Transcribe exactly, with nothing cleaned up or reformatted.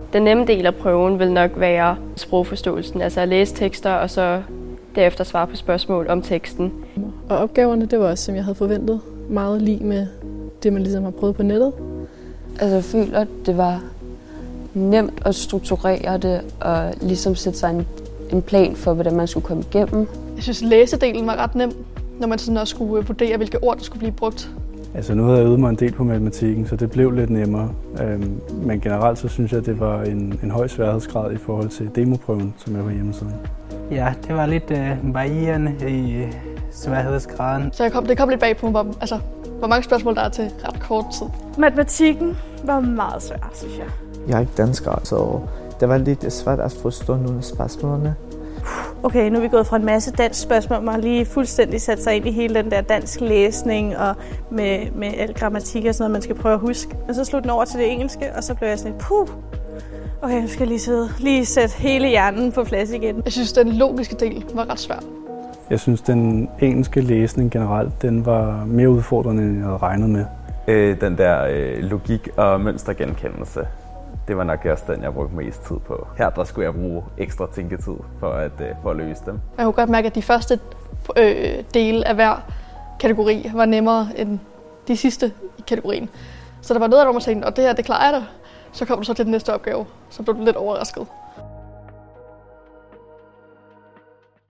Den nemme del af prøven vil nok være sprogforståelsen, altså at læse tekster og så derefter svare på spørgsmål om teksten. Og opgaverne, det var også, som jeg havde forventet, meget lig med det, man ligesom har prøvet på nettet. Altså jeg føler, at det var nemt at strukturere det og ligesom sætte sig en, en plan for, hvordan man skulle komme igennem. Jeg synes, læsedelen var ret nem, når man sådan også skulle vurdere, hvilke ord, der skulle blive brugt. Altså nu havde jeg øvet mig en del på matematikken, så det blev lidt nemmere. Øhm, men generelt så synes jeg, at det var en, en høj sværhedsgrad i forhold til demoprøven, som er på hjemmesiden. Ja, det var lidt øh, varierende i sværhedsgraden. Så jeg kom, det kom lidt bag på mig, hvor, altså, hvor mange spørgsmål der er til ret kort tid. Matematikken var meget svær, synes jeg. Jeg er ikke dansker, så det var lidt svært at forstå nogle af spørgsmålene. Okay, nu er vi gået fra en masse dansk spørgsmål, man har lige fuldstændig sat sig ind i hele den der dansk læsning og med, med al grammatik og sådan noget, man skal prøve at huske. Og så sluttede den over til det engelske, og så blev jeg sådan lidt, puh, okay, nu skal jeg lige sidde, lige sætte hele hjernen på plads igen. Jeg synes, den logiske del var ret svær. Jeg synes, den engelske læsning generelt, den var mere udfordrende, end jeg havde regnet med. Øh, den der øh, logik og mønstergenkendelse. Det var nok også den, jeg brugte mest tid på. Her der skulle jeg bruge ekstra tænketid for at, øh, for at løse dem. Jeg kunne godt mærke, at de første øh, dele af hver kategori var nemmere end de sidste i kategorien. Så der var noget af det, hvor man tænkte, og det her, det klarer jeg da. Så kom du så til den næste opgave, så blev du lidt overrasket.